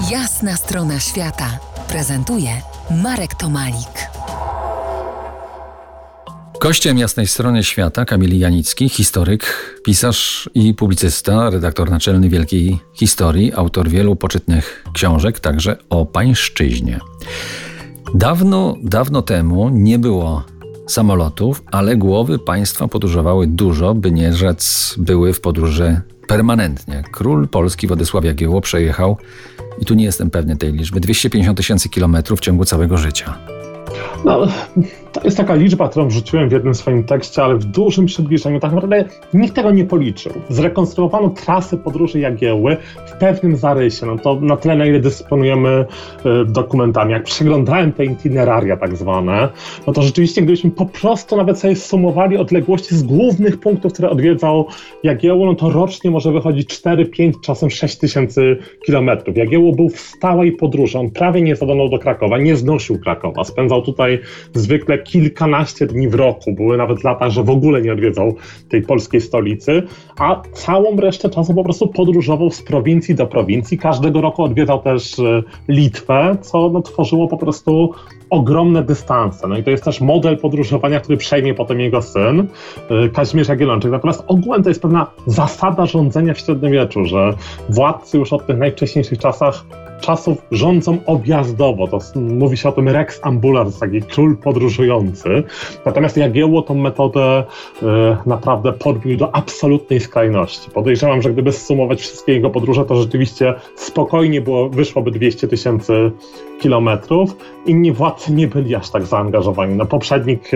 Jasna strona świata prezentuje Marek Tomalik. Gościem Jasnej Strony Świata Kamil Janicki, historyk, pisarz i publicysta, redaktor naczelny Wielkiej Historii, autor wielu poczytnych książek, także o pańszczyźnie. Dawno temu nie było samolotów, ale głowy państwa podróżowały dużo, by nie rzec były w podróży permanentnie. Król Polski Władysław Jagiełło przejechał, i tu nie jestem pewny tej liczby, 250 000 kilometrów w ciągu całego życia. To jest taka liczba, którą wrzuciłem w jednym swoim tekście, ale w dużym przybliżeniu tak naprawdę nikt tego nie policzył. Zrekonstruowano trasy podróży Jagiełły w pewnym zarysie. To na tyle, na ile dysponujemy dokumentami. Jak przeglądałem te itineraria tak zwane, to rzeczywiście gdybyśmy po prostu nawet sobie sumowali odległości z głównych punktów, które odwiedzał Jagiełło, to rocznie może wychodzić 4, 5, czasem 6 tysięcy kilometrów. Jagiełło był w stałej podróży. On prawie nie zadążał do Krakowa, nie znosił Krakowa. Spędzał tutaj zwykle kilkanaście dni w roku. Były nawet lata, że w ogóle nie odwiedzał tej polskiej stolicy, a całą resztę czasu po prostu podróżował z prowincji do prowincji. Każdego roku odwiedzał też Litwę, co tworzyło po prostu ogromne dystanse. I to jest też model podróżowania, który przejmie potem jego syn, Kazimierz Jagiellończyk. Natomiast ogółem to jest pewna zasada rządzenia w średniowieczu, że władcy już od tych najwcześniejszych czasów rządzą objazdowo. To mówi się o tym Rex Ambulans, taki król podróżujący. Natomiast Jagiełło tą metodę naprawdę podbił do absolutnej skrajności. Podejrzewam, że gdyby zsumować wszystkie jego podróże, to rzeczywiście spokojnie wyszłoby 200 000 kilometrów. Inni władcy nie byli aż tak zaangażowani. Poprzednik,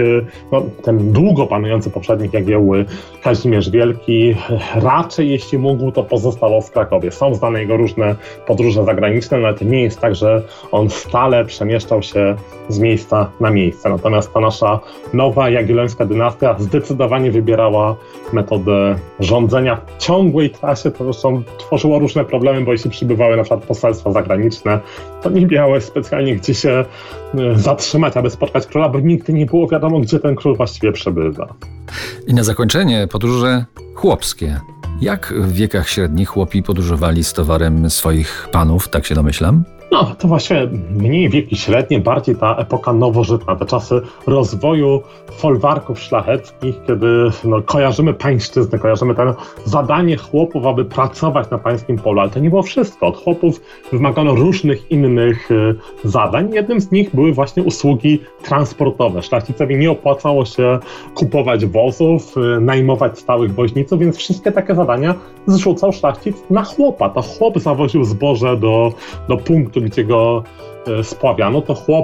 ten długo panujący poprzednik Jagiełły, Kazimierz Wielki, raczej jeśli mógł, to pozostawał w Krakowie. Są znane jego różne podróże zagraniczne, ale to nie jest tak, że on stale przemieszczał się z miejsca na miejsce. Natomiast ta nasza nowa jagiellońska dynastia zdecydowanie wybierała metodę rządzenia w ciągłej trasie. To zresztą tworzyło różne problemy, bo jeśli przybywały na przykład poselstwa zagraniczne, to nie miały specjalnie gdzie się zatrzymać, aby spotkać króla, bo nigdy nie było wiadomo, gdzie ten król właściwie przebywa. I na zakończenie podróże chłopskie. Jak w wiekach średnich chłopi podróżowali z towarem swoich panów, tak się domyślam? To właśnie mniej wieki średnie, bardziej ta epoka nowożytna, te czasy rozwoju folwarków szlacheckich, kiedy kojarzymy pańszczyznę, kojarzymy to zadanie chłopów, aby pracować na pańskim polu, ale to nie było wszystko. Od chłopów wymagano różnych innych zadań. Jednym z nich były właśnie usługi transportowe. Szlachcicowi nie opłacało się kupować wozów, najmować stałych woźniców, więc wszystkie takie zadania zrzucał szlachcic na chłopa. To chłop zawoził zboże do punktu, gdzie go spławiano, to chłop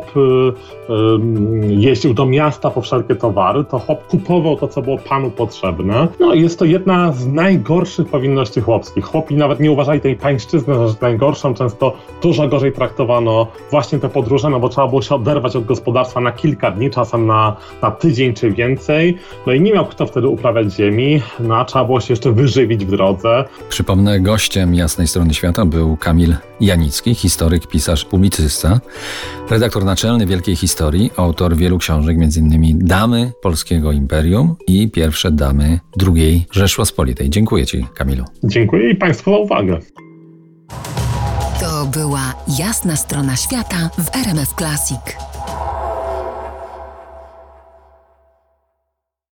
jeździł do miasta po wszelkie towary, to chłop kupował to, co było panu potrzebne. Jest to jedna z najgorszych powinności chłopskich. Chłopi nawet nie uważali tej pańszczyzny za rzecz najgorszą, często dużo gorzej traktowano właśnie te podróże, bo trzeba było się oderwać od gospodarstwa na kilka dni, czasem na tydzień czy więcej. I nie miał kto wtedy uprawiać ziemi, a trzeba było się jeszcze wyżywić w drodze. Przypomnę, gościem Jasnej Strony Świata był Kamil Janicki, historyk, pisarz, publicysta, redaktor naczelny Wielkiej Historii, autor wielu książek, m.in. Damy Polskiego Imperium i Pierwsze Damy II Rzeczpospolitej. Dziękuję Ci, Kamilu. Dziękuję i Państwu za uwagę. To była Jasna Strona Świata w RMF Classic.